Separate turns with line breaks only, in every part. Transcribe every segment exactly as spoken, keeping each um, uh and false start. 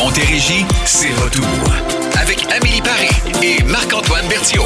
Montérégie, c'est retour. Avec Amélie Paris et Marc-Antoine Berthiaume.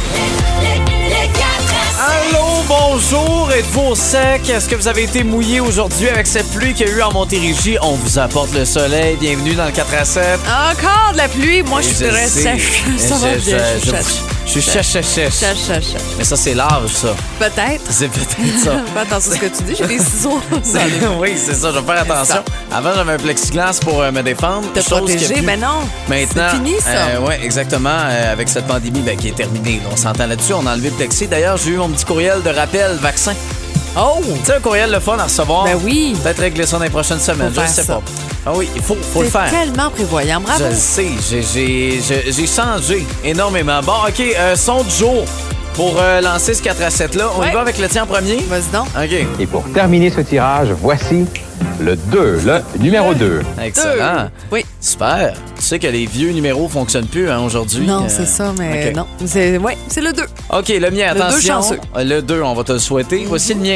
Allô, bonjour, êtes-vous au sec? Est-ce que vous avez été mouillé aujourd'hui avec cette pluie qu'il y a eu en Montérégie? On vous apporte le soleil, bienvenue dans le quatre à sept.
Encore de la pluie, moi je suis très sèche. Ça va bien, je suis
Je suis sèche, sèche, sèche.
Sèche, sèche, sèche.
Mais ça, c'est l'âge, ça.
Peut-être.
C'est peut-être ça.
Fais attention à ce que tu dis, j'ai des ciseaux.
Oui, c'est ça, je vais faire attention. Avant, j'avais un plexiglas pour euh, me défendre.
Te protéger, mais non.
Maintenant,
c'est fini, ça.
Euh, oui, exactement. Euh, avec cette pandémie ben, qui est terminée. Là, on s'entend là-dessus, on a enlevé le plexi. D'ailleurs, j'ai eu mon petit courriel de rappel vaccin.
Oh!
Tu sais, un courriel le fun à recevoir.
Ben oui.
Peut-être régler ça dans les prochaines semaines.
Faut
je
faire
sais
ça.
pas. Ah oui, il faut, faut le faire.
C'est tellement prévoyant. Bravo.
Je le sais. J'ai, j'ai, j'ai, j'ai changé énormément. Bon, OK. Euh, son du jour. Pour euh, lancer ce quatre à sept-là, on
ouais.
y va avec le tien en premier?
Vas-y donc.
OK.
Et pour terminer ce tirage, voici le deux, le numéro deux.
Excellent.
Deux. Oui.
Super. Tu sais que les vieux numéros fonctionnent plus hein, aujourd'hui.
Non,
Euh,
c'est ça, mais
OK.
non. C'est, ouais, c'est le deux.
OK, le mien,
Le
attention.
deux chanceux.
Euh, Le deux, on va te le souhaiter. Voici le mien.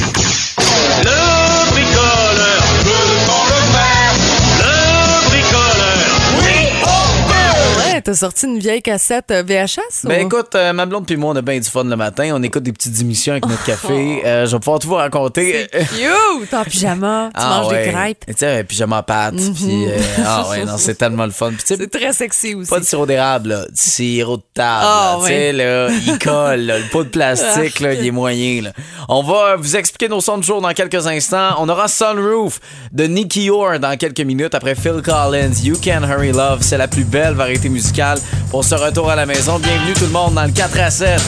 Le bricoleur, je prends le verre. Le bricoleur, oui, on peut.
Ouais, t'as sorti une vieille cassette euh, V H S?
Ben
ou?
écoute, euh, ma blonde puis moi, on a bien du fun le matin. On écoute des petites émissions avec notre café. Euh, je vais pouvoir tout vous raconter.
C'est cute! En pyjama, tu
Ah
manges
ouais.
des crêpes.
Tu sais, un pyjama pâte. Puis, euh, ah ouais, non, c'est tellement le fun. Puis, tu sais,
C'est très sexy aussi.
pas de sirop d'érable, là. Du sirop de table.
Ah,
là. Tu sais,
ouais.
là, il colle, là. Le pot de plastique, là, il est moyen, là. On va vous expliquer nos sons de jour dans quelques instants. On aura Sunroof de Nicky Orr dans quelques minutes après Phil Collins. You Can Hurry Love. C'est la plus belle variété musicale pour ce retour à la maison. Bienvenue tout le monde dans le quatre à sept.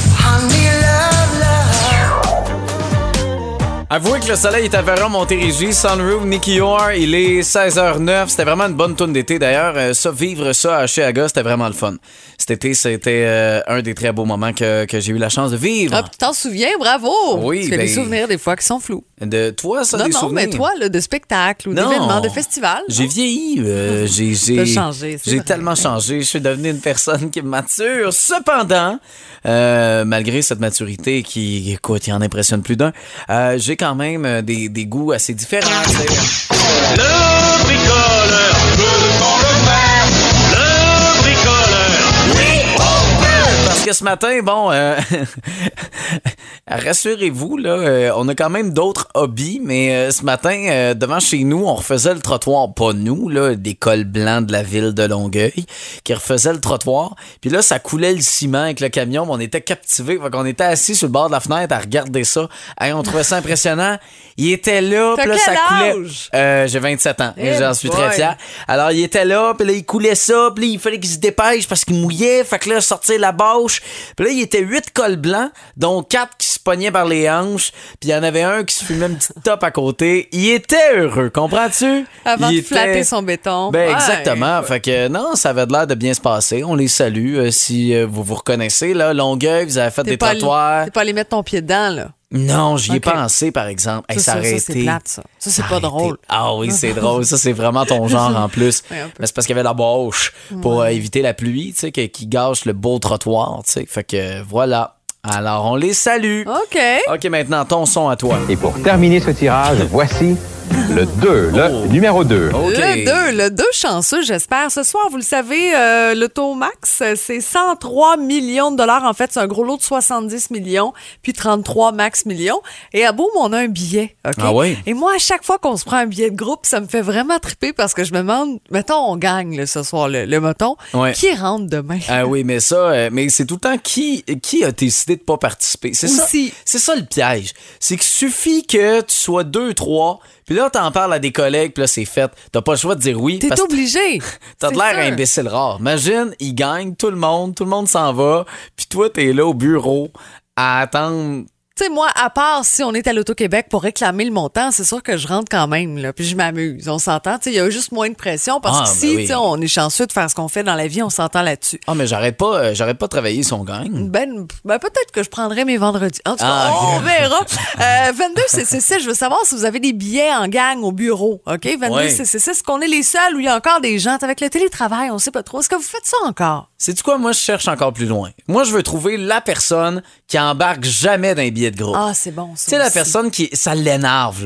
Avouez que le soleil est apparu en Montérégie. Sunroof, Nicky Orr, il est seize heures neuf. C'était vraiment une bonne tourne d'été. D'ailleurs, euh, ça, vivre ça à Cheaga, c'était vraiment le fun. Cet été, c'était euh, un des très beaux moments que, que j'ai eu la chance de vivre.
Ah, puis tu t'en souviens, bravo!
Oui,
Parce qu'il y a
ben-
des souvenirs des fois qui sont flous.
De toi, ça,
non,
des
non,
souvenirs?
mais toi, là, de spectacles ou
Non.
d'événements, de festivals.
J'ai
non?
vieilli. euh, j'ai, j'ai,
T'as changé, c'est
J'ai
vrai.
tellement changé. Je suis devenu une personne qui est mature. Cependant, euh, malgré cette maturité qui, écoute, il en impressionne plus d'un, euh, j'ai quand même euh, des, des goûts assez différents. tu sais.
Le bricoleur, je prends le verre. Le bricoleur, oui, on peut.
Parce que ce matin, bon, euh, rassurez-vous, là, euh, on a quand même d'autres hobbies, mais euh, ce matin, euh, devant chez nous, on refaisait le trottoir. Pas nous, là, des cols blancs de la ville de Longueuil, qui refaisaient le trottoir. Puis là, ça coulait le ciment avec le camion, mais on était captivés. Fait qu'on était assis sur le bord de la fenêtre à regarder ça. Hey, on trouvait ça impressionnant. Il était là,
T'as
puis là,
quel
ça coulait.
âge?
Euh, j'ai vingt-sept ans, et
Eh
j'en suis
boy.
très fier. Alors, il était là, puis là, il coulait ça, puis là, il fallait qu'il se dépêche parce qu'il mouillait. Fait que là, sortir la bâche. Puis là, il était huit cols blancs, dont quatre qui se pognaient par les hanches, puis il y en avait un qui se fumait une petite top à côté. Il était heureux, comprends-tu?
Avant
Il
de
était-
flatter son béton.
Ben
Ouais.
exactement. Fait que non, ça avait l'air de bien se passer. On les salue euh, si euh, vous vous reconnaissez. Là, Longueuil, vous avez fait
T'es
des
pas allé-
trottoirs.
T'es pas allé mettre ton pied dedans, là.
Non, j'y ai
Ok.
pensé, par exemple. Hey, ça,
Ça, ça,
aurait
ça, c'est
été-
plate, ça. Ça, c'est
ça
pas
aurait
drôle.
été- Ah oui, c'est drôle. Ça, c'est vraiment ton genre en plus.
Ouais, un peu.
Mais c'est parce qu'il y avait la bâche pour euh, éviter la pluie, tu sais, que- qui gâche le beau trottoir, tu sais. Fait que euh, voilà. Alors, on les salue.
OK.
OK, maintenant, ton son à toi.
Et pour terminer ce tirage, voici le deux, le
Oh.
numéro deux.
OK.
Le deux, le deux chanceux, j'espère. Ce soir, vous le savez, euh, l'Automax, c'est cent trois millions de dollars. En fait, c'est un gros lot de soixante-dix millions, puis trente-trois max millions. Et à Beaume, on a un billet, OK?
Ah oui?
Et moi, à chaque fois qu'on se prend un billet de groupe, ça me fait vraiment triper parce que je me demande, mettons, on gagne là, ce soir, le, le moton.
Ouais.
Qui rentre demain?
Ah oui, mais ça, euh, mais c'est tout le temps qui, qui a décidé de pas participer. C'est ça,
Aussi.
c'est ça le piège. C'est qu'il suffit que tu sois deux, trois, puis là, t'en parles à des collègues, puis là, c'est fait. T'as pas le choix de dire oui.
T'es
parce que
obligé.
T'as de
C'est
l'air
sûr.
imbécile rare. Imagine, il gagne, tout le monde, tout le monde s'en va, puis toi, t'es là au bureau à attendre.
Tu sais, moi, à part si on est à l'Auto-Québec pour réclamer le montant, c'est sûr que je rentre quand même, là, puis je m'amuse. On s'entend. Tu sais, il y a juste moins de pression parce
Ah,
que
ben
si,
oui.
tu sais, on est chanceux de faire ce qu'on fait dans la vie, on s'entend là-dessus.
Ah, mais j'arrête pas, euh, j'arrête pas de travailler si on gagne.
Ben, ben peut-être que je prendrai mes vendredis. En tout cas,
Ah, ok.
on verra. Euh, vingt-deux C C six, je veux savoir si vous avez des billets en gang au bureau. OK? vingt-deux
Ouais.
C C six, est-ce qu'on est les seuls ou il y a encore des gens? Avec le télétravail, on sait pas trop. Est-ce que vous faites ça encore?
Sais-tu quoi? Moi, je cherche encore plus loin. Moi, je veux trouver la personne qui embarque jamais dans les billets de groupe.
Ah, c'est bon, ça.
Tu sais, la
aussi.
personne qui, ça l'énerve, là.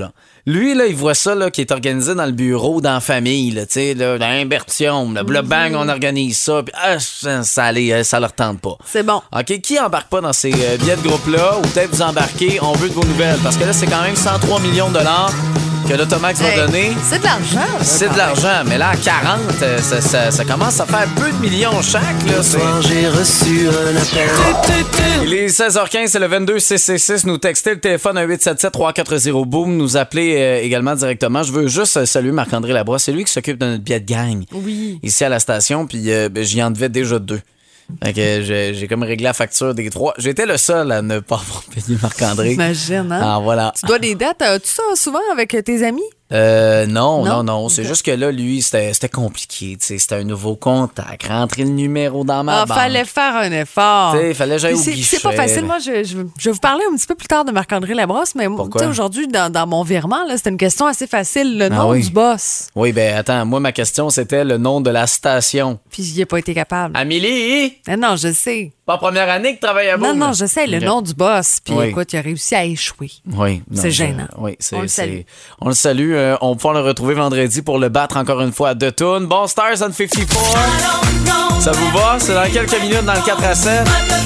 Lui, là, il voit ça, là, qui est organisé dans le bureau, dans la famille, là, tu sais, là, dans l'imbertion, là, mm-hmm. bang, on organise ça, puis ah, ça, ça, allait, ça leur tente pas.
C'est bon.
OK, qui embarque pas dans ces euh, billets de groupe-là, ou peut-être vous embarquez, on veut de vos nouvelles, parce que là, c'est quand même cent trois millions de dollars que l'Automax hey, va donner.
C'est de l'argent.
C'est de l'argent, mais là, à quarante, ça, ça, ça commence à faire peu de millions chaque. Là,
soir, j'ai reçu un appel.
Il est seize heures quinze, c'est le vingt-deux six six six. Nous texter le téléphone à huit sept sept trois quatre zéro boom. Nous appeler euh, également directement. Je veux juste euh, saluer Marc-André Labrosse. C'est lui qui s'occupe de notre billet de gang.
Oui. Ici
à la station, puis euh, ben, j'y en devais déjà deux. Fait que j'ai, j'ai comme réglé la facture des trois. J'étais le seul à ne pas avoir payé Marc-André.
Imagine, hein?
Ah, voilà.
Tu dois des dates. As-tu ça souvent avec tes amis?
Euh, non, non, non. non.
Okay.
C'est juste que là, lui, c'était, c'était compliqué. T'sais. C'était un nouveau contact. Rentrer le numéro dans ma
ah,
banque.
Fallait faire un effort.
Il fallait que j'aille au
c'est,
guichet.
c'est pas facile. Moi, je, je, je vais vous parler un petit peu plus tard de Marc-André Labrosse, mais aujourd'hui, dans, dans mon virement, là, c'était une question assez facile. Le nom ah, oui. du boss.
Oui, ben attends. Moi, ma question, c'était le nom de la station.
Puis j'y ai pas été capable.
Amélie!
Ah, non, je sais.
Pas première année que tu travailles à Boom.
Non, non, je sais, le
okay.
nom du boss. Puis
oui.
écoute, il a réussi à échouer.
Oui.
Non, c'est gênant.
Je, oui, c'est,
on le salue.
C'est, on le salue. Euh, on peut le retrouver vendredi pour le battre encore une fois à deux tunes. Bon, Stars on cinquante-quatre. Ça vous va? C'est dans quelques minutes dans le quatre à sept.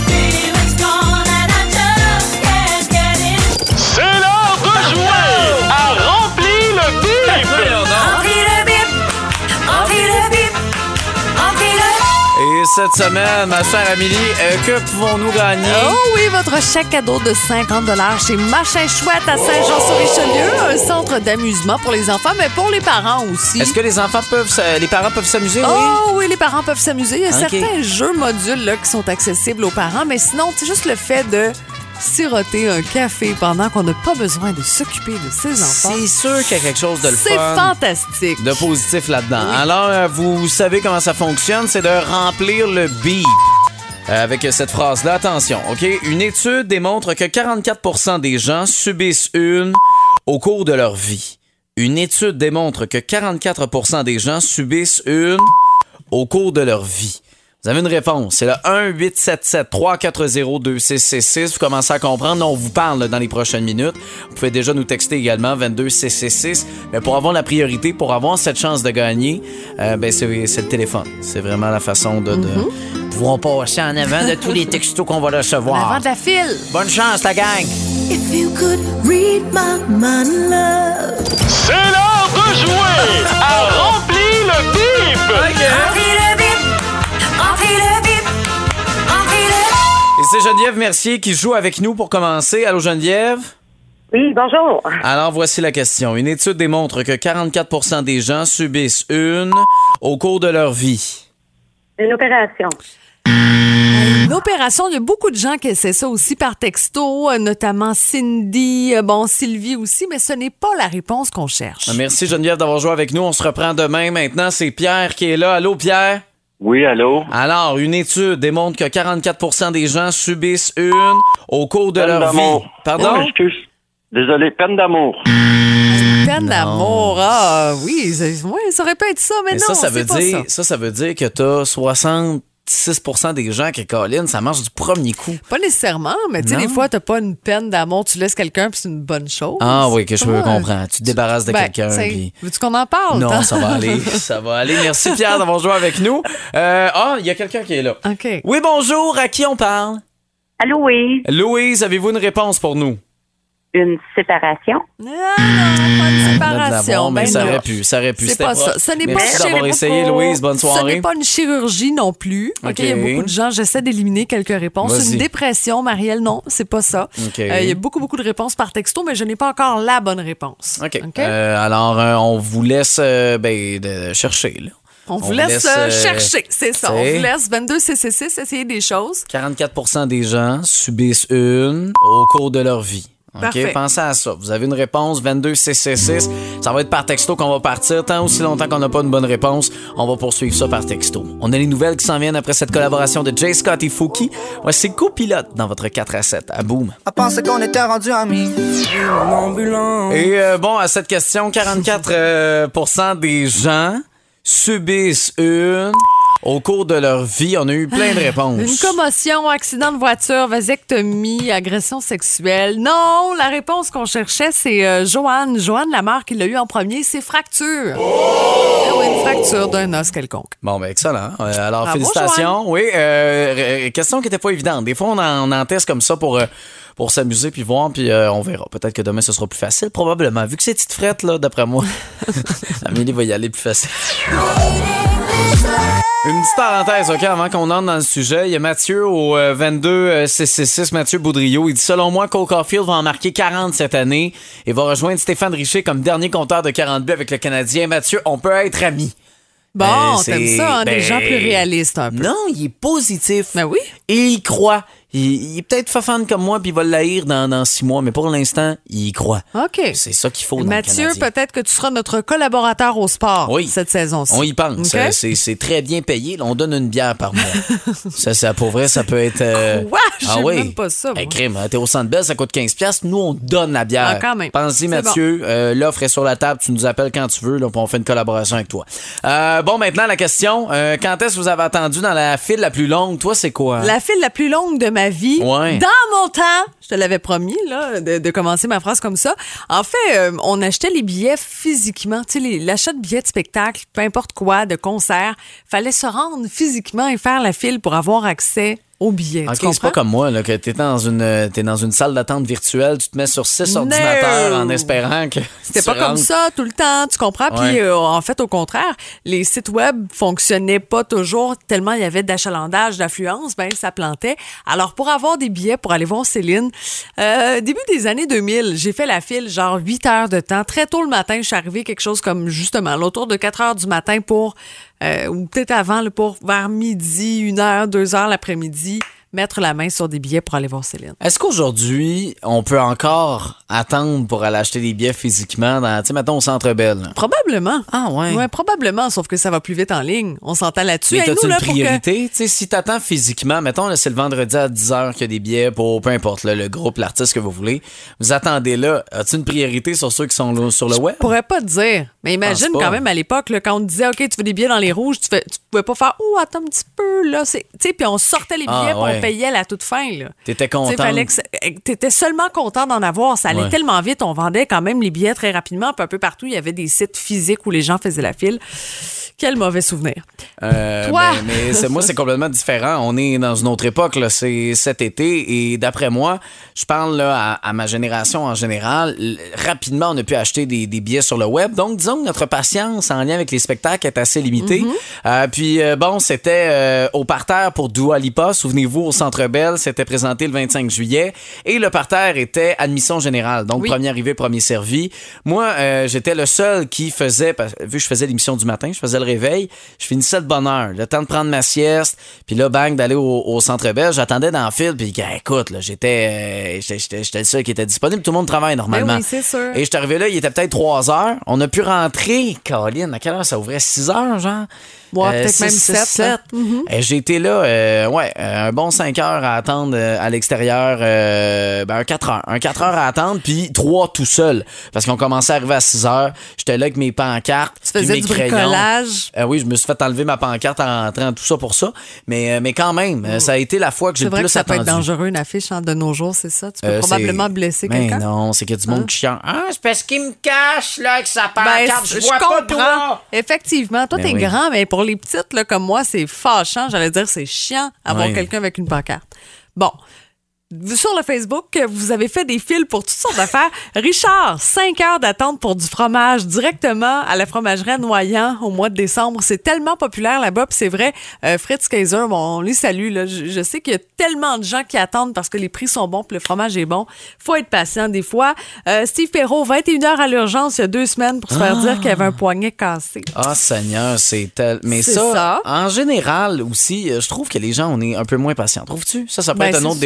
C'est l'heure de jouer à Remplis le bip!
Remplis le bip! Remplis le bip! Remplis le bip!
Et cette semaine, ma chère Amélie, euh, que pouvons-nous gagner?
Oh oui, votre chèque cadeau de cinquante dollars chez Machin Chouette à Saint-Jean-sur-Richelieu. Un centre d'amusement pour les enfants, mais pour les parents aussi.
Est-ce que les enfants peuvent, les parents peuvent s'amuser?
Oh oui, oui les parents peuvent s'amuser. Il y a
okay.
certains jeux modules là, qui sont accessibles aux parents, mais sinon, c'est juste le fait de siroter un café pendant qu'on n'a pas besoin de s'occuper de ses enfants.
C'est sûr qu'il y a quelque chose de le
c'est
fun.
C'est fantastique.
De positif là-dedans.
Oui.
Alors, vous savez comment ça fonctionne, c'est de remplir le bip. Euh, avec cette phrase-là, attention, OK? Une étude démontre que quarante-quatre pour cent des gens subissent une au cours de leur vie. Une étude démontre que quarante-quatre pour cent des gens subissent une au cours de leur vie. Vous avez une réponse. C'est le un huit sept sept trois quatre zéro deux six six six. Vous commencez à comprendre. On vous parle là, dans les prochaines minutes. Vous pouvez déjà nous texter également vingt-deux six six six. Mais pour avoir la priorité, pour avoir cette chance de gagner, euh, ben c'est, c'est le téléphone. C'est vraiment la façon de... de mm-hmm. pouvoir passer en avant de tous les textos qu'on va recevoir.
En avant de la file.
Bonne chance, la gang!
If you could read my mind, love.
C'est l'heure de jouer à Remplis le bip!
Okay. Remplis le bip! Remplis le bip! Remplis le bip!
Et c'est Geneviève Mercier qui joue avec nous pour commencer. Allô, Geneviève?
Oui, bonjour.
Alors, voici la question. Une étude démontre que quarante-quatre pour cent des gens subissent une au cours de leur vie.
Une opération.
Une opération, il y a beaucoup de gens qui essaient ça aussi par texto, notamment Cindy, bon, Sylvie aussi, mais ce n'est pas la réponse qu'on cherche.
Merci Geneviève d'avoir joué avec nous. On se reprend demain. Maintenant, c'est Pierre qui est là. Allô, Pierre?
Oui, allô?
Alors, une étude démontre que quarante-quatre pour cent des gens subissent une au cours de
peine
leur
d'amour.
vie. Pardon?
Oh, excuse. Désolé, peine d'amour.
Peine non. d'amour, ah oui, ça, ouais, ça aurait pu être ça, mais, mais non,
ça, ça
c'est
veut
pas
dire,
ça.
Ça, ça veut dire que t'as soixante-six pour cent des gens qui collinent, ça marche du premier coup.
Pas nécessairement, mais tu sais, des fois, t'as pas une peine d'amour, tu laisses quelqu'un puis c'est une bonne chose.
Ah oui, que je
ouais.
comprends. Tu te débarrasses de
ben,
quelqu'un. Puis...
Veux-tu qu'on en parle?
Non,
t'as?
ça va aller. Ça va aller. Merci Pierre d'avoir joué avec nous. Euh, ah, il y a quelqu'un qui est là.
OK.
Oui, bonjour. À qui on parle?
Allô, oui.
Louise, avez-vous une réponse pour nous?
Une séparation.
Non, non, pas une séparation.
Mais
ben
ça
non.
aurait pu, ça aurait pu.
C'est
C'était
pas
pro...
ça. Ce n'est
Merci
pas
d'avoir
chirurgie.
essayé, Louise. Bonne soirée.
Ce n'est pas une chirurgie non plus.
OK.
Okay, il y a beaucoup de gens. J'essaie d'éliminer quelques réponses.
Vas-y.
Une dépression, Marielle, non, c'est pas ça.
Okay.
Euh, il y a beaucoup, beaucoup de réponses par texto, mais je n'ai pas encore la bonne réponse.
OK.
okay?
Euh, alors, euh, on vous laisse euh, ben, de chercher, là.
On vous on laisse, laisse euh, chercher, c'est ça. On vous laisse vingt-deux six six six essayer des choses.
quarante-quatre pour cent des gens subissent une au cours de leur vie. OK,
Parfait.
Pensez à ça. Vous avez une réponse, vingt-deux six six six. Ça va être par texto qu'on va partir. Tant aussi longtemps qu'on n'a pas une bonne réponse, on va poursuivre ça par texto. On a les nouvelles qui s'en viennent après cette collaboration de Jay Scott et Fouki. Voici Copilote dans votre quatre à sept à Boom.
Elle pensait qu'on était rendus amis.
Et euh, bon, à cette question, quarante-quatre pour cent des gens subissent une au cours de leur vie? On a eu plein de réponses.
Une commotion, accident de voiture, vasectomie, agression sexuelle. Non, la réponse qu'on cherchait, c'est euh, Joanne. Joanne, la mère qui l'a eu en premier, c'est fracture. Oh! Oui, une fracture d'un os quelconque.
Bon, ben excellent. Euh, alors,
Bravo,
félicitations.
Joanne.
Oui, euh, question qui n'était pas évidente. Des fois, on en, on en teste comme ça pour... Euh, pour s'amuser puis voir, puis euh, on verra. Peut-être que demain, ce sera plus facile, probablement. Vu que c'est petite frette, là, d'après moi, Amélie va y aller plus facile. Une petite parenthèse, OK, avant qu'on entre dans le sujet. Il y a Mathieu au euh, vingt-deux six six six, Mathieu Boudriot. Il dit, selon moi, Cole Caulfield va en marquer quarante cette année et va rejoindre Stéphane Richer comme dernier compteur de quarante buts avec le Canadien. Mathieu, on peut être amis.
Bon,
Euh,
t'aimes
c'est-
ça, hein, des
ben,
gens plus réalistes un peu.
Non, il est positif.
Ben oui.
Et il croit. Il, il est peut-être fafane comme moi, puis il va l'haïr dans, dans six mois, mais pour l'instant, il y croit.
OK.
C'est ça qu'il faut dans
Mathieu,
le Canadien.
peut-être que tu seras notre collaborateur au sport
Oui.
cette saison-ci.
On y pense.
OK?
Euh, C'est, c'est très bien payé. Là, on donne une bière par mois. ça, ça, pour vrai, ça peut être... euh,
Quoi? J'aime même pas ça, moi.
Hey, crime, hein, t'es au Centre Bell, ça coûte quinze dollars. Nous, on donne la bière.
Ah, quand même.
Pense-y,
C'est
Mathieu. Euh, l'offre est sur la table. Tu nous appelles quand tu veux. Là, puis on fait une collaboration avec toi. Euh, bon, maintenant, la question. Euh, quand est-ce que vous avez attendu dans la file la plus longue? Toi, c'est quoi?
La file la plus longue de ma vie.
Ouais.
Dans mon temps, je te l'avais promis là, de, de commencer ma phrase comme ça. En fait, euh, on achetait les billets physiquement. Tu sais, les- l'achat de billets de spectacle, peu importe quoi, de concert, fallait se rendre physiquement et faire la file pour avoir accès aux billets.
Ok,
Tu
c'est pas
comprends?
comme moi, là, que t'es dans une, t'es dans une salle d'attente virtuelle, tu te mets sur six
No!
ordinateurs en espérant que.
C'était
tu
pas comme
rentres.
ça tout le temps, tu comprends?
Ouais.
Puis euh, en fait, au contraire, les sites web fonctionnaient pas toujours tellement il y avait d'achalandage, d'affluence, ben ça plantait. Alors pour avoir des billets pour aller voir Céline, euh, début des années deux mille, j'ai fait la file genre huit heures de temps. Très tôt le matin, je suis arrivée quelque chose comme justement autour de quatre heures du matin pour, euh, ou peut-être avant, là, pour vers midi, une heure, deux heures l'après-midi, mettre la main sur des billets pour aller voir Céline.
Est-ce qu'aujourd'hui, on peut encore attendre pour aller acheter des billets physiquement dans, tu sais, mettons, au Centre Bell? là?
Probablement.
Ah ouais?
Ouais, probablement, sauf que ça va plus vite en ligne. On s'entend là-dessus.
Mais
Hey,
t'as-tu
nous,
une
là, pour que-
priorité? Tu sais, si t'attends physiquement, mettons, là, c'est le vendredi à dix heures qu'il y a des billets pour peu importe là, le groupe, l'artiste que vous voulez. Vous attendez là. As-tu une priorité sur ceux qui sont là, sur le web?
Je pourrais pas te dire. Mais imagine
Pense pas.
quand même à l'époque, là, quand on te disait, OK, tu veux des billets dans les rouges, tu, fais, tu pouvais pas faire, oh, attends un petit peu, là. C'est- Tu sais, puis on sortait les billets,
Ah,
puis
ouais.
on payait à la toute fin, là.
T'étais
Tu sais,
contente?
fallait que ça- t'étais seulement content d'en avoir. Ça allait
Ouais.
tellement vite. On vendait quand même les billets très rapidement. Puis un peu partout, il y avait des sites physiques où les gens faisaient la file. Quel mauvais souvenir.
Euh,
Toi?
ben, mais c'est, moi, c'est complètement différent. On est dans une autre époque, là. C'est cet été. Et d'après moi, je parle là, à, à ma génération en général. l- Rapidement, on a pu acheter des, des billets sur le web. Donc, disons que notre patience en lien avec les spectacles est assez limitée. Euh, puis, euh, bon, c'était euh, au parterre pour Dua Lipa. Souvenez-vous, au Centre Bell, c'était présenté le vingt-cinq juillet. Et le parterre était admission générale. Donc,
Oui.
premier arrivé, premier servi. Moi, euh, j'étais le seul qui faisait, parce- vu que je faisais l'émission du matin, je faisais le réveil, je finissais de bonne heure, le temps de prendre ma sieste, puis là, bang, d'aller au, au Centre Bell, j'attendais dans le fil, puis gars, écoute, là, j'étais, euh, j'étais, j'étais, j'étais le seul qui était disponible, tout le monde travaille normalement.
Ben oui, c'est sûr.
Et je suis arrivé là, il était peut-être trois heures, on a pu rentrer, Caroline, à quelle heure ça ouvrait? six heures, genre?
Ouais, peut-être
six,
même
six,
sept,
sept.
là. Mhm.
Euh, J'ai été là, euh, ouais, euh, un bon cinq heures à attendre euh, à l'extérieur, euh, ben un quatre heures. Un quatre heures à attendre, puis trois tout seul. Parce qu'on commençait à arriver à six heures. J'étais là avec mes pancartes.
Tu
puis
faisais
mes
du
crayons.
bricolage.
Euh, oui, je me suis fait enlever ma pancarte en rentrant, tout ça pour ça. Mais, euh, mais quand même, euh, ça a été la fois que j'ai
C'est
le
vrai
plus
que ça
attendu.
peut être dangereux, une affiche hein, de nos jours, c'est ça? Tu peux
Euh,
probablement
c'est-
blesser
Mais
quelqu'un.
non, c'est qu'il y a du monde
Hein?
qui chante. Ah, c'est parce qu'il me cache, là, avec sa
Ben,
pancarte. je vois pas de
comprends.
doigt.
Effectivement. Toi,
Ben
t'es
oui.
grand, mais pour les petites, là, comme moi, c'est fâchant. J'allais dire, c'est chiant avoir
Ouais.
quelqu'un avec une pancarte. Bon. Sur le Facebook, vous avez fait des fils pour toutes sortes d'affaires. Richard, cinq heures d'attente pour du fromage directement à la fromagerie à Noyant au mois de décembre. C'est tellement populaire là-bas, puis c'est vrai. euh, Fritz Kaiser, bon, on les salue. Là. Je, je sais qu'il y a tellement de gens qui attendent parce que les prix sont bons, puis le fromage est bon. Faut être patient des fois. Euh, Steve Perrault, vingt et une heures à l'urgence il y a deux semaines pour se faire dire qu'il y avait un poignet cassé.
Ah, Seigneur, c'est tel. Mais
C'est
ça,
ça.
en général aussi, euh, je trouve que les gens, on est un peu moins patients. Trouves-tu? Ça, ça peut
Ben,
être un
c'est
autre
sûr.
débat, là, mais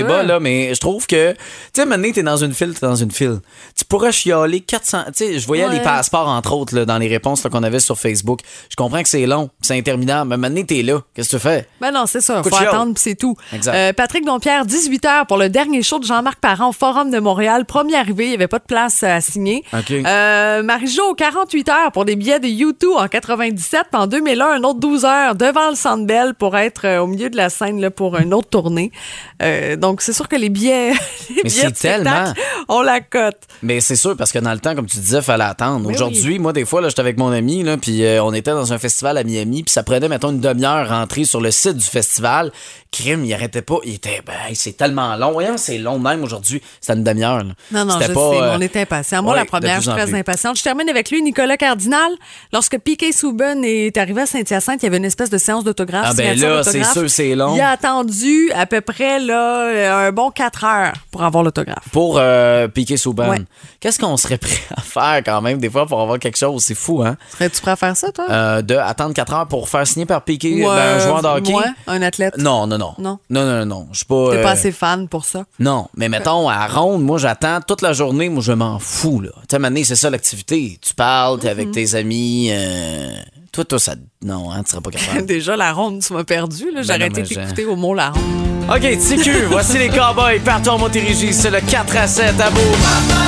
mais je trouve que, tu sais, maintenant, t'es dans une file, t'es dans une file. Tu pourrais chialer quatre cents. Tu sais, je voyais
Ouais.
les passeports, entre autres, là, dans les réponses là, qu'on avait sur Facebook. Je comprends que c'est long, c'est interminable, mais maintenant, t'es là. Qu'est-ce que tu fais?
Ben non, c'est ça.
Coup de
Faut
chiot.
attendre, puis c'est tout.
Exact.
Euh, Patrick Dompierre, dix-huit heures pour le dernier show de Jean-Marc Parent au Forum de Montréal. Premier arrivé, il n'y avait pas de place à signer.
OK.
Euh, Marie-Jo, quarante-huit heures pour des billets de U deux en quatre-vingt-dix-sept. Puis en deux mille un, un autre douze heures devant le Centre Bell pour être euh, au milieu de la scène là, pour une autre tournée. Euh, donc, c'est sûr que les billets, les
Mais
billets
c'est
de spectacle,
tellement-
on la cote.
Mais c'est sûr, parce que dans le temps, comme tu disais, il fallait attendre.
Mais
Aujourd'hui, moi, des fois, là, j'étais avec mon ami, là, puis euh, on était dans un festival à Miami, puis ça prenait, mettons, une demi-heure rentrer sur le site du festival. Crime, il arrêtait pas. Il était, ben, c'est tellement long. Voyons, c'est long même aujourd'hui. C'était une demi-heure. là.
Non, non,
C'était
je
pas,
sais, mais
euh,
on était impatients. Moi,
ouais,
la
de
première,
plus
je suis
en
très
plus.
impatiente. Je termine avec lui, Nicolas Cardinal. Lorsque P K Subban est arrivé à Saint-Hyacinthe, il y avait une espèce de séance d'autographe.
Ah, ben
signature
là, c'est
d'autographe.
sûr, c'est long.
Il a attendu à peu près là, un bon quatre heures pour avoir l'autographe.
Pour euh, Piqué Souban.
Ouais.
Qu'est-ce qu'on serait prêt à faire quand même, des fois, pour avoir quelque chose? C'est fou, hein?
Serais-tu prêt à faire ça, toi?
Euh, de attendre quatre heures pour faire signer par Piqué,
Ou,
ben, un
euh,
joueur de hockey.
ouais, un athlète.
Non, non, non.
Non.
Non, non, non, non. Je suis pas.
T'es
euh,
pas assez fan pour ça.
Non, mais mettons, à ronde, moi, j'attends toute la journée, moi, je m'en fous, là. Tu sais, maintenant, c'est ça l'activité. Tu parles, t'es
Mm-hmm.
avec tes amis. euh, Toi, toi, ça. Non, hein, tu serais pas capable.
Déjà, la ronde, tu m'as perdu. Là. J'ai
Ben non,
arrêté
mais j'ai-
d'écouter au mot la ronde.
OK, T Q, voici les Cowboys. Partons en Montérégie, c'est le quatre à sept à bout.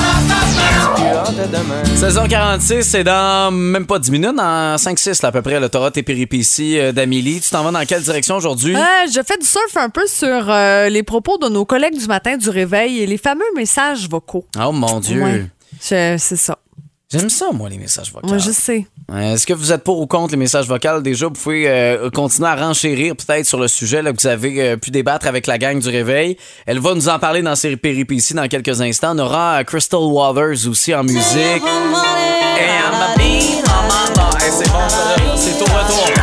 seize heures quarante-six, c'est dans même pas dix minutes, dans cinq six là, à peu près, le t'auras tes péripéties euh, d'Amélie. Tu t'en vas dans quelle direction aujourd'hui?
Euh, je fais du surf un peu sur euh, les propos de nos collègues du matin du réveil et les fameux messages vocaux.
Oh mon Dieu.
Ouais. Je- C'est ça.
J'aime ça, moi, les messages vocaux.
Moi, je sais.
Euh, Est-ce que vous êtes pour ou contre les messages vocaux? Déjà, vous pouvez euh, continuer à renchérir peut-être sur le sujet là, que vous avez euh, pu débattre avec la gang du Réveil. Elle va nous en parler dans ses péripéties dans quelques instants. On aura euh, Crystal Waters aussi en musique. Et I'm a bean on my bar. Hey, c'est bon, ça, là. C'est au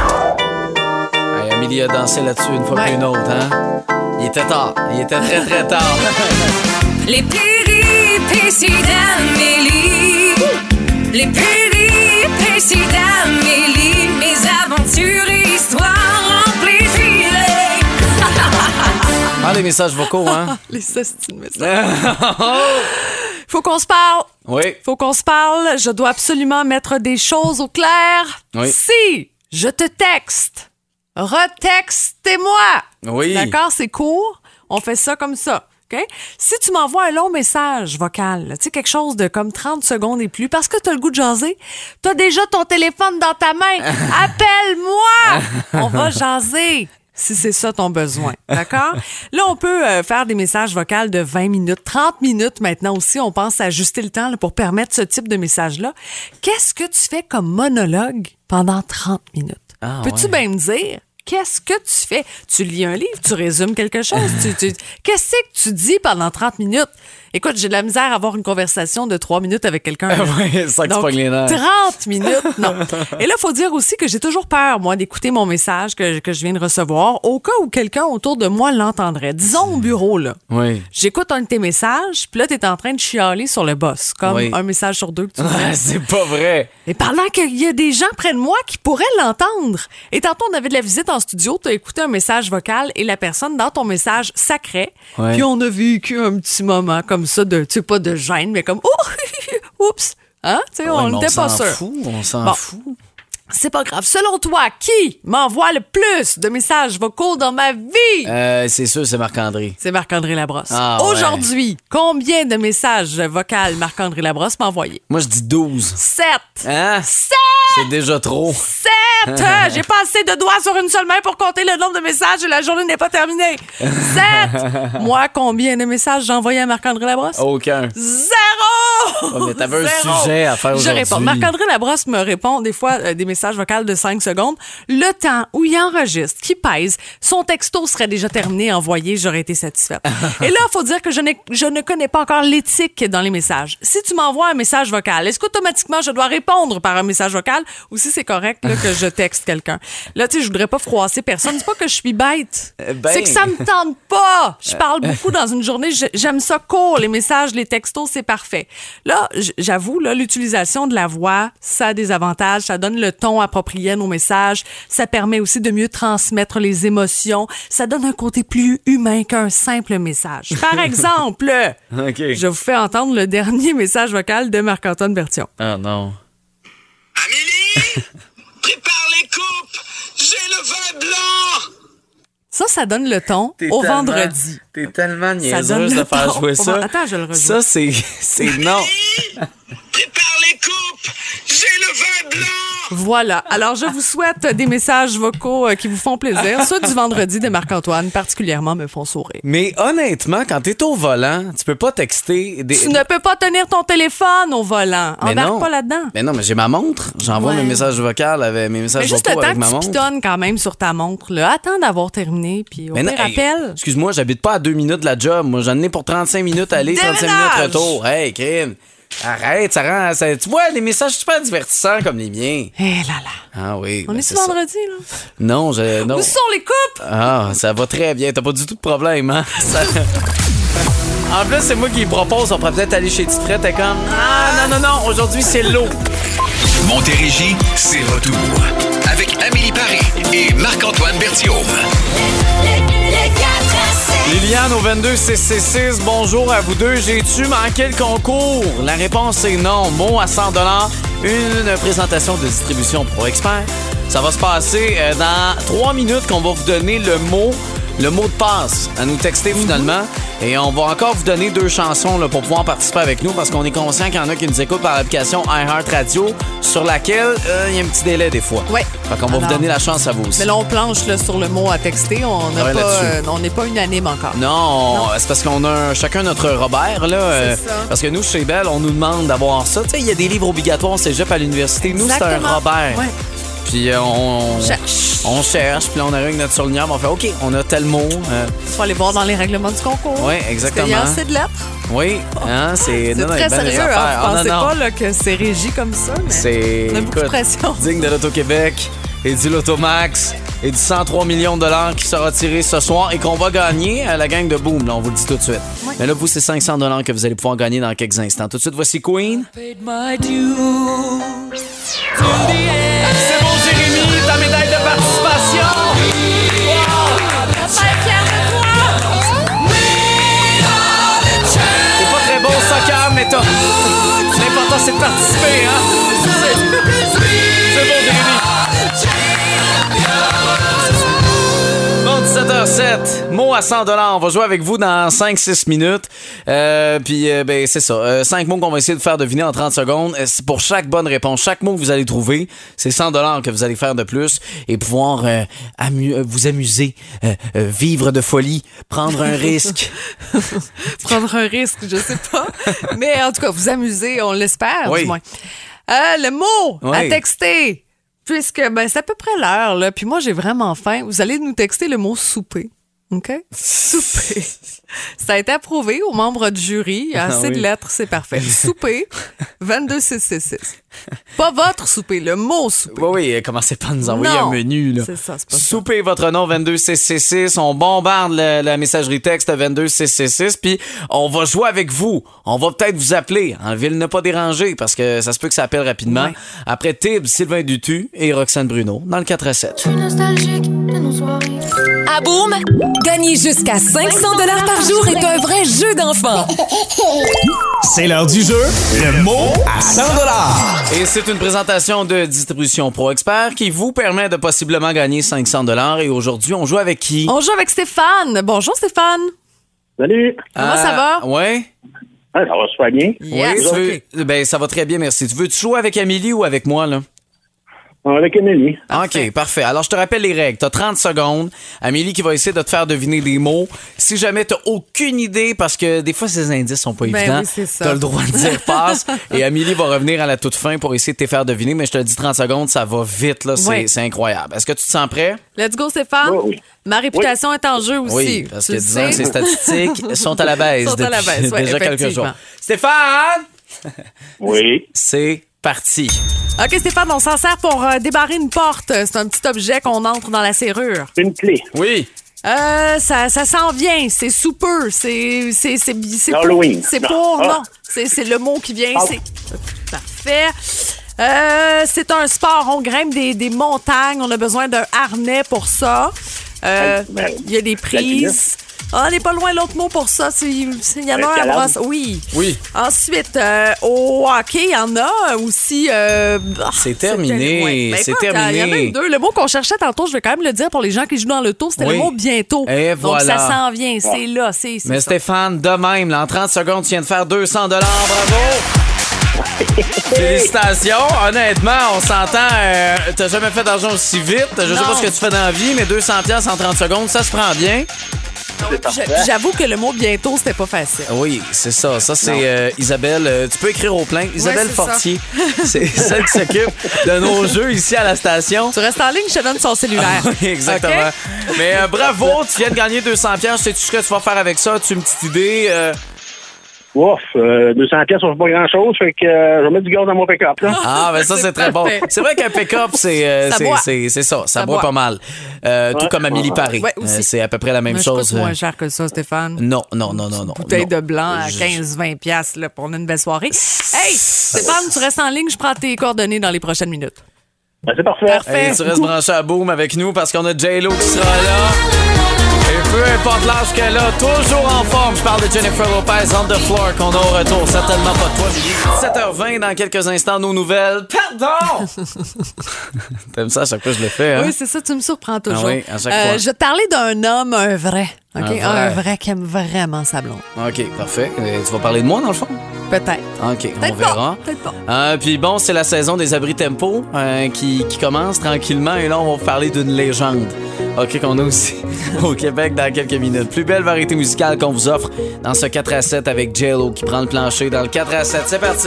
retour. Hey, Amélie a dansé là-dessus une fois
Ouais.
plus une autre. Hein? Il était tard. Il était très, très tard.
Les péripéties d'Amélie. Les péripéties d'Amélie. Mes aventures et histoires remplies de filets.
Ah, les messages vocaux, hein?
Les sostines messages. Faut qu'on se parle.
Oui.
Faut qu'on se parle. Je dois absolument mettre des choses au clair.
Oui.
Si je te texte, retextez-moi.
Oui.
D'accord? C'est court. On fait ça comme ça. OK? Si tu m'envoies un long message vocal, là, tu sais, quelque chose de comme trente secondes et plus, parce que tu as le goût de jaser, tu as déjà ton téléphone dans ta main. Appelle-moi! On va jaser. Si c'est ça ton besoin, d'accord? Là, on peut euh, faire des messages vocaux de vingt minutes, trente minutes maintenant aussi. On pense à ajuster le temps là, pour permettre ce type de message-là. Qu'est-ce que tu fais comme monologue pendant trente minutes?
Ah,
Peux-tu
ouais.
bien me dire? Qu'est-ce que tu fais? Tu lis un livre, tu résumes quelque chose. tu, tu- Qu'est-ce que tu dis pendant trente minutes? Écoute, j'ai de la misère à avoir une conversation de trois minutes avec quelqu'un. là.
Ouais, c'est ça que tu
Donc,
pognes les nerfs.
trente minutes, non. Et là, il faut dire aussi que j'ai toujours peur, moi, d'écouter mon message que, que je viens de recevoir au cas où quelqu'un autour de moi l'entendrait. Disons au bureau, là.
Oui.
J'écoute un de tes messages, puis là, t'es en train de chialer sur le boss, comme
Oui.
un message sur deux que tu me
Ah,
laisses.
c'est pas vrai.
Et pendant qu'il y a des gens près de moi qui pourraient l'entendre. Et tantôt, on avait de la visite en studio, tu as écouté un message vocal et la personne dans ton message sacrait.
Ouais.
Puis on a vécu un petit moment comme ça, de, tu sais, pas de gêne, mais comme, oh, oups. Hein? Tu sais,
Ouais,
on
mais
n'était pas
s'en
sûr.
fout, on s'en
Bon.
fout.
C'est pas grave. Selon toi, qui m'envoie le plus de messages vocaux dans ma vie?
Euh, c'est sûr, c'est Marc-André.
C'est Marc-André Labrosse.
Ah, ouais.
Aujourd'hui, combien de messages vocaux Marc-André Labrosse m'a envoyé?
Moi, je dis douze.
Sept.
Hein?
Sept!
C'est déjà trop.
Sept! J'ai pas assez de doigts sur une seule main pour compter le nombre de messages et la journée n'est pas terminée. Sept! Moi, combien de messages j'ai envoyé à Marc-André Labrosse?
Aucun.
Zéro!
Oh, mais t'avais un
Zéro.
sujet à faire
Je
aujourd'hui.
réponds. Marc-André Labrosse me répond des fois euh, des messages vocaux de cinq secondes. Le temps où il enregistre, qui pèse, son texto serait déjà terminé, envoyé, j'aurais été satisfaite. Et là, il faut dire que je, n'ai- je ne connais pas encore l'éthique dans les messages. Si tu m'envoies un message vocal, est-ce qu'automatiquement je dois répondre par un message vocal ou si c'est correct là, que je texte quelqu'un? Là, tu sais, je voudrais pas froisser personne. C'est pas que je suis bête.
Eh ben.
C'est que ça me tente pas. Je parle beaucoup dans une journée. J'ai- J'aime ça court. Les messages, les textos, c'est parfait. Là, Là, j- j'avoue, là, l'utilisation de la voix, ça a des avantages. Ça donne le ton approprié à nos messages. Ça permet aussi de mieux transmettre les émotions. Ça donne un côté plus humain qu'un simple message. Par exemple,
OK.
je vous fais entendre le dernier message vocal de Marc-Antoine Berthiaume.
Ah non.
Amélie, prépare les coupes. J'ai le vin blanc.
Ça, ça donne le ton
T'es
au
tellement-
vendredi.
T'es tellement
Ça donne
niaiseuse
le
de faire
ton
jouer
au
ça.
vend- Attends, je le rejoue.
Ça, c'est... c'est non.
Prépare les coupes. J'ai le vin blanc.
Voilà. Alors, je vous souhaite des messages vocaux euh, qui vous font plaisir. Ceux du vendredi de Marc-Antoine, particulièrement, me font sourire.
Mais honnêtement, quand t'es au volant, tu peux pas texter... Des...
Tu ne peux pas tenir ton téléphone au volant.
Mais
Embarque
non.
pas là-dedans.
Mais non, mais j'ai ma montre. J'envoie
Ouais.
mes messages vocaux avec mes messages
Mais juste le
vocaux avec
temps
ma
que tu
montre.
pitonnes quand même sur ta montre. Là. Attends d'avoir terminé, puis au
Mais non,
pire,
hey,
rappelle.
excuse-moi, j'habite pas à deux minutes de la job. Moi, j'en ai pour trente-cinq minutes aller, trente-cinq
Déménage!
minutes retour. Hey, crime. Arrête, ça rend... ça- tu vois, des messages super divertissants comme les miens.
Eh là là.
Ah oui.
On
ben
est
c'est
ce
ça.
vendredi, là?
Non, je... Non.
Où sont les coupes?
Ah, ça va très bien. T'as pas du tout de problème, hein? Ça- En plus, c'est moi qui propose. On pourrait peut-être aller chez Tite Frette. T'es comme... Ah, non, non, non. Aujourd'hui, c'est l'eau.
Montérégie, c'est retour. Avec Amélie Paris et Marc-Antoine Berthiaume.
Liliane au vingt-deux six six six, bonjour à vous deux. J'ai-tu manqué le concours? La réponse est non. Mot à cent dollars. Une présentation de distribution Pro Expert. Ça va se passer euh, dans trois minutes qu'on va vous donner le mot, le mot de passe à nous texter finalement. Et on va encore vous donner deux chansons là, pour pouvoir participer avec nous parce qu'on est conscient qu'il y en a qui nous écoutent par l'application iHeartRadio sur laquelle euh, il y a un petit délai des fois.
Ouais.
Fait qu'on va
Alors,
vous donner la chance à vous aussi.
Mais là, on planche là, sur le mot à texter. On n'a
Ouais,
pas,
là-dessus.
euh, on n'est pas unanime encore.
Non, c'est parce qu'on a un- chacun notre Robert, là. euh,
ça.
parce que nous, chez Bell, on nous demande d'avoir ça. Tu sais, il y a des livres obligatoires au cégep à l'université. Nous, c'est un
Exactement.
Robert.
Ouais.
Puis euh, on, on
Cherche.
on cherche, puis là, on arrive avec notre surligneur, puis on fait OK, on a tel mot. euh,
Faut aller voir dans les règlements du concours.
Ouais, exactement.
Parce qu'il y a assez de lettres.
oui, hein, c'est.
C'est
non, non,
très
il y a bien des
sérieux. Hein?
affaires.
Vous
Ah,
pensez
non, non.
pas là, que c'est régi comme ça, mais
C'est.
on a beaucoup de
écoute,
pression.
digne de l'Auto-Québec et du Lotomax et du cent trois millions de dollars qui sera tiré ce soir et qu'on va gagner à la gang de Boom. Là, on vous le dit tout de suite.
Ouais.
Mais là, vous, c'est cinq cents dollars que vous allez pouvoir gagner dans quelques instants. Tout de suite, voici Queen. C'est bon, Jérémy, ta médaille de participation. C'est pas très bon soccer, mais t'as... L'important, c'est de participer, hein? C'est bon, Jérémy. Bon, dix-sept heures sept, mot à cent dollars. On va jouer avec vous dans cinq six minutes. Euh, puis, euh, ben, c'est ça. Euh, cinq mots qu'on va essayer de faire deviner en trente secondes. Euh, c'est pour chaque bonne réponse, chaque mot que vous allez trouver, c'est cent dollars que vous allez faire de plus et pouvoir euh, amu- euh, vous amuser, euh, euh, vivre de folie, prendre un risque.
Prendre un risque, je sais pas. Mais en tout cas, vous amuser, on l'espère,
Oui.
du moins. Euh, le mot
Oui.
à texter, puisque ben, c'est à peu près l'heure, là. Puis moi, j'ai vraiment faim. Vous allez nous texter le mot souper. OK? Souper. Ça a été approuvé aux membres du jury. Il y a
Ah
assez
oui.
de lettres, c'est parfait. Souper, vingt-deux six six six. Pas votre souper, le mot souper.
Oui, oui, commencez pas à nous envoyer
Non.
un menu, là.
C'est ça, c'est pas ça.
Soupez votre nom vingt-deux six six six. On bombarde la, la messagerie texte vingt-deux six six six. Puis on va jouer avec vous. On va peut-être vous appeler en ville ne pas déranger parce que ça se peut que ça appelle rapidement.
Ouais.
Après Tibbs, Sylvain Dutu et Roxane Bruno dans le quatre à sept.
À Boom, gagner jusqu'à cinq cents dollars par jour est un vrai jeu d'enfant.
C'est l'heure du jeu, le mot à cent dollars.
Et c'est une présentation de Distribution Pro Expert qui vous permet de possiblement gagner cinq cents dollars. Et aujourd'hui, on joue avec qui?
On joue avec Stéphane. Bonjour, Stéphane.
Salut.
Comment ça va?
Ouais.
Ah, ça va super bien.
Yes.
Oui, tu veux- ben, ça va très bien, merci. Tu veux-tu jouer avec Amélie ou avec moi, là?
Avec Amélie.
OK, parfait. Alors, je te rappelle les règles. Tu as trente secondes. Amélie qui va essayer de te faire deviner des mots. Si jamais tu aucune idée, parce que des fois, ces indices sont pas
Ben
évidents,
oui, c'est ça.
tu as le droit de dire passe. Et Amélie va revenir à la toute fin pour essayer de te faire deviner. Mais je te dis trente secondes, ça va vite. Là, c'est,
Ouais.
c'est incroyable. Est-ce que tu te sens prêt?
Let's go, Stéphane.
Oh, oui.
Ma réputation est en jeu aussi.
Oui, parce
Tu
que
le
disons que
sais.
ces statistiques sont à la baisse
Sont à la
depuis
baisse, ouais,
déjà quelques
effectivement.
jours. Stéphane!
Oui.
C'est parti.
OK, Stéphane, on s'en sert pour euh, débarrer une porte. C'est un petit objet qu'on entre dans la serrure.
Une clé.
Oui.
Euh, ça, ça s'en vient, c'est sous peu, c'est c'est c'est c'est
Halloween.
C'est
Non.
pour
Ah.
non, c'est c'est le mot qui vient,
Ah.
c'est parfait. Euh, c'est un sport, on grimpe des, des montagnes, on a besoin d'un harnais pour ça. Euh,
Ben,
il y a des prises. Ah, on n'est pas loin l'autre mot pour ça. c'est- c'est- Il y en a un à
Escalade.
brosse. Oui.
Oui.
Ensuite, euh, au hockey, il y en a aussi. euh, ah,
C'est terminé,
ouais. Ben,
c'est
écoute,
terminé.
Il y en a eu deux. Le mot qu'on cherchait tantôt, je vais quand même le dire pour les gens qui jouent dans le tour, c'était
Oui.
le mot bientôt.
Et
Donc,
voilà.
ça s'en vient. C'est là. C'est, c'est
Mais
ça.
Stéphane, de même, là, en trente secondes, tu viens de faire deux cents dollars. Bravo! Félicitations. Honnêtement, on s'entend. Euh, t'as jamais fait d'argent aussi vite. Je sais
Non.
pas ce que tu fais dans la vie, mais deux cents dollars en trente secondes, ça se prend bien.
Puis j'a- puis J'avoue que le mot bientôt, c'était pas facile.
Oui, c'est ça. Ça, c'est euh, Isabelle. euh, tu peux écrire au plein. Isabelle
c'est ça.
Fortier. C'est celle qui s'occupe de nos jeux ici à la station.
Tu restes en ligne, je te donne son cellulaire.
Oui, exactement.
OK?
Mais euh, bravo, tu viens de gagner deux cents dollars. Sais-tu ce que tu vas faire avec ça? As-tu une petite idée? Euh...
Ouf, euh, deux cents pièces, ça fait pas grand-chose, fait que euh, je vais mettre du gaz dans mon pick-up. Là.
Ah, ben ça, c'est,
C'est
très bon.
parfait.
C'est vrai qu'un pick-up, c'est, euh,
Ça
c'est,
boit.
c'est, c'est ça. Ça,
Ça
boit
boit.
pas mal. Euh, Tout
Ouais.
comme Amélie Paré.
Ouais, aussi.
Euh, c'est à peu près la même
Mais
chose.
je coûte moins
euh,
cher que ça, Stéphane.
Non, non, non, non, non.
Bouteille
non.
de blanc à
Je-
quinze vingt piastres là, pour une belle soirée. Hey, Stéphane, tu restes en ligne, je prends tes coordonnées dans les prochaines minutes.
Ben, c'est parfait.
Parfait.
Hey, tu restes branché à Boom avec nous parce qu'on a J-Lo qui sera là. Et peu importe l'âge qu'elle a, toujours en forme. Je parle de Jennifer Lopez, On the Floor, qu'on a au retour. Certainement pas de toi. dix-sept heures vingt dans quelques instants, nos nouvelles. Pardon! T'aimes ça à chaque fois que je le fais, hein?
Oui, c'est ça, tu me surprends toujours.
Ah oui, à chaque
Euh,
fois.
Je vais te parler d'un homme, un vrai. OK?
Un vrai.
Un vrai qui aime vraiment sa blonde.
OK, parfait. Euh, tu vas parler de moi, dans le fond?
Peut-être.
OK, on
Peut-être
verra.
pas. Peut-être pas.
Euh, puis bon, c'est la saison des abris tempo euh, qui, qui commence tranquillement. Et là, on va vous parler d'une légende. OK, qu'on a aussi au Québec dans quelques minutes. Plus belle variété musicale qu'on vous offre dans ce quatre à sept avec J-Lo qui prend le plancher dans le quatre à sept. C'est parti!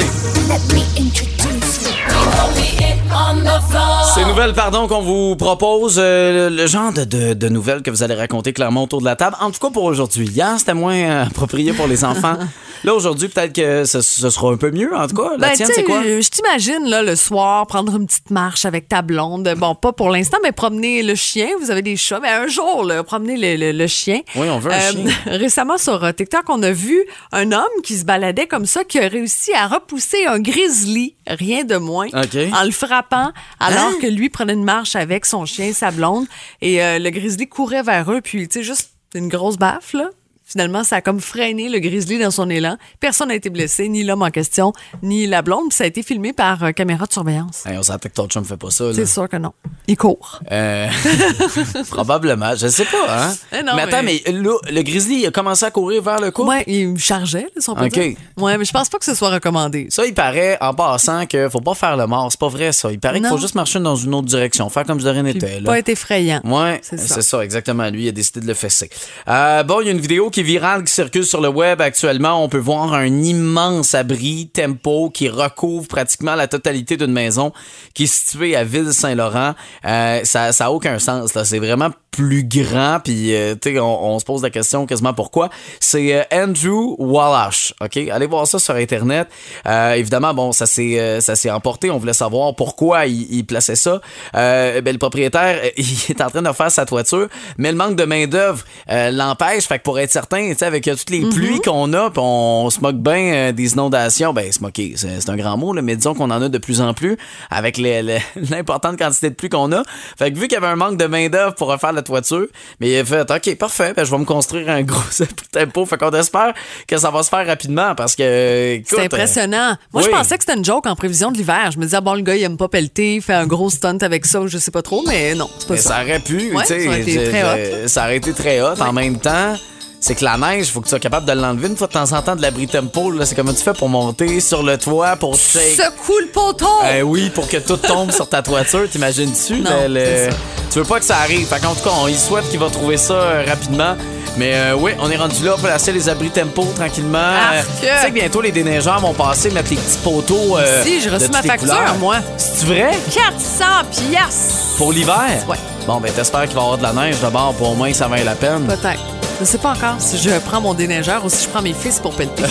Ces nouvelles, pardon, qu'on vous propose, euh, le, le genre de, de, de nouvelles que vous allez raconter clairement autour de la table. En tout cas pour aujourd'hui. Hier, c'était moins euh, approprié pour les enfants. Là, aujourd'hui, peut-être que ce, ce sera un peu mieux. En tout cas, la
Ben,
tienne,
tu sais,
c'est quoi?
Je t'imagine, là, le soir, prendre une petite marche avec ta blonde. Bon, pas pour l'instant, mais promener le chien. Vous avez des chats. Mais un jour, là, promener le, le- le chien.
Oui, on veut un chien.
Récemment, sur euh, TikTok, on a vu un homme qui se baladait comme ça, qui a réussi à repousser un grizzly, rien de moins,
OK.
en le frappant, alors
Hein?
que lui prenait une marche avec son chien, sa blonde. Et euh, le grizzly courait vers eux, puis, tu sais, juste une grosse baffe, là. Finalement, ça a comme freiné le grizzly dans son élan. Personne n'a été blessé, ni l'homme en question, ni la blonde. Puis ça a été filmé par euh, caméra de surveillance.
Hey, on s'entend que ton chum fait pas ça. Là.
C'est sûr que non. Il court.
Euh, probablement. Je sais pas, hein?
Eh non,
mais attends, mais,
mais-
là, le grizzly, il a commencé à courir vers le couple.
Ouais, il me chargeait, là, si on peut
OK.
dire. Ouais, mais je pense pas que ce soit recommandé.
Ça, il paraît, en passant, qu'il faut pas faire le mort. C'est pas vrai, ça. Il paraît qu'il faut
Non.
juste marcher dans une autre direction. Faire comme si de rien
Puis
n'était. là.
pas être effrayant.
Ouais,
C'est
c'est
ça.
ça. exactement. Lui, il a décidé de le fesser. Euh, bon, il y a une vidéo qui est virale, qui circule sur le web actuellement. On peut voir un immense abri tempo qui recouvre pratiquement la totalité d'une maison qui est située à Ville-Saint-Laurent. Euh, ça, ça a aucun sens, là. C'est vraiment plus grand, puis euh, tu sais, on, on se pose la question quasiment pourquoi. C'est euh, Andrew Wallace, OK? Allez voir ça sur Internet. Euh, évidemment, bon, ça s'est euh, ça s'est emporté. On voulait savoir pourquoi il, il plaçait ça. Euh, ben, le propriétaire, euh, il est en train de faire sa toiture, mais le manque de main-d'œuvre euh, l'empêche. Fait que pour être certain, tu sais, avec euh, toutes les pluies qu'on a, puis on, on se moque bien euh, des inondations, ben, se moquer, c'est, c'est un grand mot, là, mais disons qu'on en a de plus en plus avec les, les, l'importante quantité de pluie qu'on a. Fait que vu qu'il y avait un manque de main-d'œuvre pour refaire la toiture, mais il a fait, OK, parfait, ben, je vais me construire un gros tempo. Fait qu'on espère que ça va se faire rapidement parce que, écoute,
C'est impressionnant. Moi,
oui.
je pensais que c'était une joke en prévision de l'hiver. Je me disais, ah, bon, le gars, il aime pas pelleter, il fait un gros stunt avec ça, ou je sais pas trop, mais non, c'est pas
mais
ça.
ça aurait pu,
Ouais,
tu sais,
ça aurait été
je-
très
je- ça aurait été très hot. En même temps, c'est que la neige, faut que tu sois capable de l'enlever une fois de temps en temps de l'abri tempo. Là, c'est comment tu fais pour monter sur le toit, pour shake.
Secoue le poteau!
Euh, oui, pour que tout tombe sur ta toiture, t'imagines-tu?
Non,
le- le-
c'est ça.
Tu veux pas que ça arrive. Fait qu'en tout cas, on y souhaite qu'il va trouver ça euh, rapidement. Mais euh, oui, on est rendu là, placer les abris tempo tranquillement.
Arc.
Euh, tu sais que bientôt les déneigeurs vont passer, mettre les petits poteaux. Euh,
Si, j'ai reçu
de
ma
toutes les
facture,
couleurs.
moi.
C'est vrai?
quatre cents piastres!
Pour l'hiver?
Ouais.
Bon, ben t'espères qu'il va y avoir de la neige d'abord, pour au moins que ça vaille la peine.
Peut-être. Je sais pas encore si je prends mon déneigeur ou si je prends mes fils pour pelleter.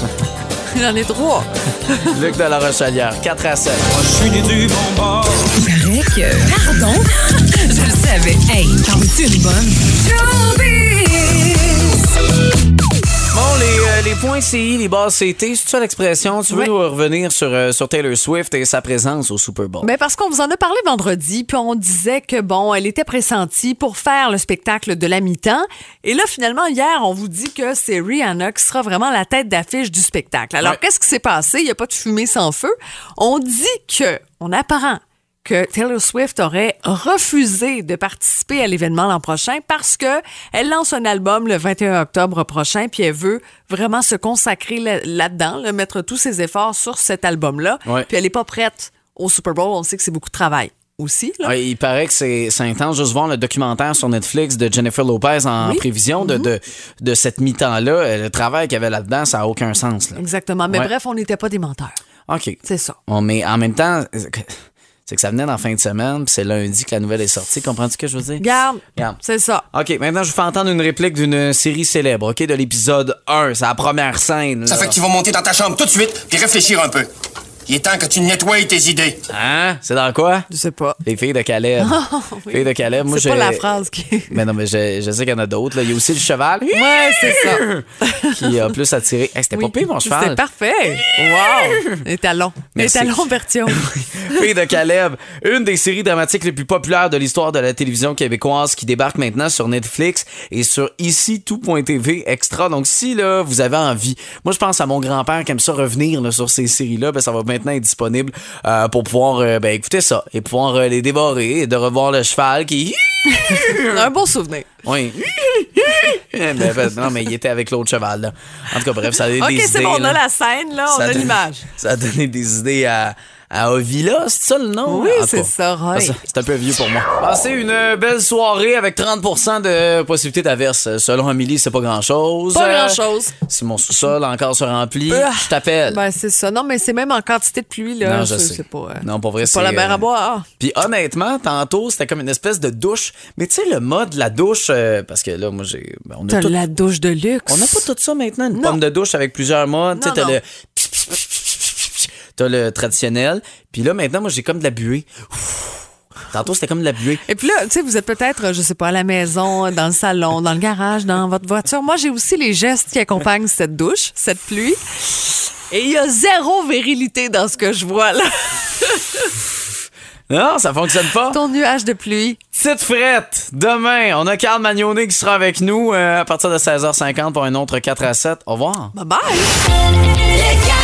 Il en est trois.
Luc de la Rochelière, quatre à sept.
Il paraît que... Pardon? Je le savais. Hey, quand vous c'est une bonne.
Bon, les, euh, les points C I, les bases C T, c'est ça l'expression? Tu veux
Oui.
nous revenir sur, euh, sur Taylor Swift et sa présence au Super Bowl?
Ben parce qu'on vous en a parlé vendredi, puis on disait que, bon, elle était pressentie pour faire le spectacle de la mi-temps. Et là, finalement, hier, on vous dit que c'est Rihanna qui sera vraiment la tête d'affiche du spectacle. Alors,
Ouais.
qu'est-ce qui s'est passé? Il n'y a pas de fumée sans feu. On dit que, on apprend que Taylor Swift aurait refusé de participer à l'événement l'an prochain parce que elle lance un album le vingt et un octobre prochain, puis elle veut vraiment se consacrer là- là-dedans, là, mettre tous ses efforts sur cet album-là.
Ouais.
Puis elle n'est pas prête au Super Bowl. On sait que c'est beaucoup de travail aussi. Là.
Ouais, il paraît que c'est c'est intense. Juste voir le documentaire sur Netflix de Jennifer Lopez en
Oui.
prévision de, de, de cette mi-temps-là. Euh, Le travail qu'il y avait là-dedans, ça n'a aucun sens. Là.
Exactement. Mais
Ouais.
bref, on n'était pas des menteurs.
OK.
C'est ça.
Bon, mais en même temps, c'est que ça venait dans la fin de semaine, puis c'est lundi que la nouvelle est sortie. Comprends-tu ce que je veux dire?
Garde.
Regarde.
C'est ça.
OK, maintenant, je vous fais entendre une réplique d'une série célèbre, OK, de l'épisode un. C'est la première scène.
Ça
là.
fait que tu vas monter dans ta chambre tout de suite puis réfléchir un peu. Il est temps que tu nettoies tes idées.
Hein? C'est dans quoi?
Je sais pas.
Les filles de Caleb.
Oui.
Filles de Caleb. Moi,
C'est pas
j'ai-
la phrase qui...
Mais non, mais je, je sais qu'il y en a d'autres. là. Il y a aussi le cheval.
Ouais, c'est ça.
Qui a plus attiré. Hey, c'était
Oui.
pas pire, mon cheval.
C'était parfait. Wow. Les talons. Les
Merci.
talons Bertillon.
Filles de Caleb, une des séries dramatiques les plus populaires de l'histoire de la télévision québécoise qui débarque maintenant sur Netflix et sur ici tout point t v extra. Donc si là vous avez envie, moi je pense à mon grand-père qui aime ça revenir là, sur ces séries-là, ben ça va maintenant être disponible euh, pour pouvoir euh, ben, écouter ça et pouvoir euh, les dévorer et de revoir le cheval qui...
Un beau souvenir.
Oui. Ben, ben, non, mais il était avec l'autre cheval là. En tout cas, bref, ça a donné
OK,
des idées.
c'est bon, on
là.
a la scène, là, on
Ça
a
donne-
l'image.
Ça a donné des idées à, à Ovila, c'est ça le nom?
Oui,
En tout
c'est
cas,
ça, Roy.
ça, C'est un peu vieux pour moi. Passez une belle soirée avec trente pour cent de possibilité d'averse. Selon Amélie, c'est pas grand-chose.
Pas
Euh,
grand-chose.
Si mon sous-sol encore se remplit,
Ah.
je t'appelle.
Ben, c'est ça. Non, mais c'est même en quantité de pluie, là.
Non, je
c'est,
sais.
c'est pas, euh,
Non, pour vrai,
c'est pas la
c'est,
mer
euh,
à boire.
Puis honnêtement, tantôt, c'était comme une espèce de douche. Mais tu sais, le mode, la douche, euh, parce que là, moi, j'ai... ben, on a
T'as
tout-
la douche de luxe.
On n'a pas tout ça maintenant, une
Non.
pomme de douche avec plusieurs modes. Tu sais,
Non,
t'as
non.
le... T'as le traditionnel. Puis là, maintenant, moi, j'ai comme de la buée. Tantôt, c'était comme de la buée.
Et puis là, tu sais, vous êtes peut-être, je sais pas, à la maison, dans le salon, dans le garage, dans votre voiture. Moi, j'ai aussi les gestes qui accompagnent cette douche, cette pluie. Et il y a zéro virilité dans ce que je vois, là.
Non, ça fonctionne pas.
Ton nuage de pluie.
Petite frette. Demain, on a Carl Magnoné qui sera avec nous euh, à partir de seize heures cinquante pour un autre quatre à sept. Au revoir.
Bye bye.
Les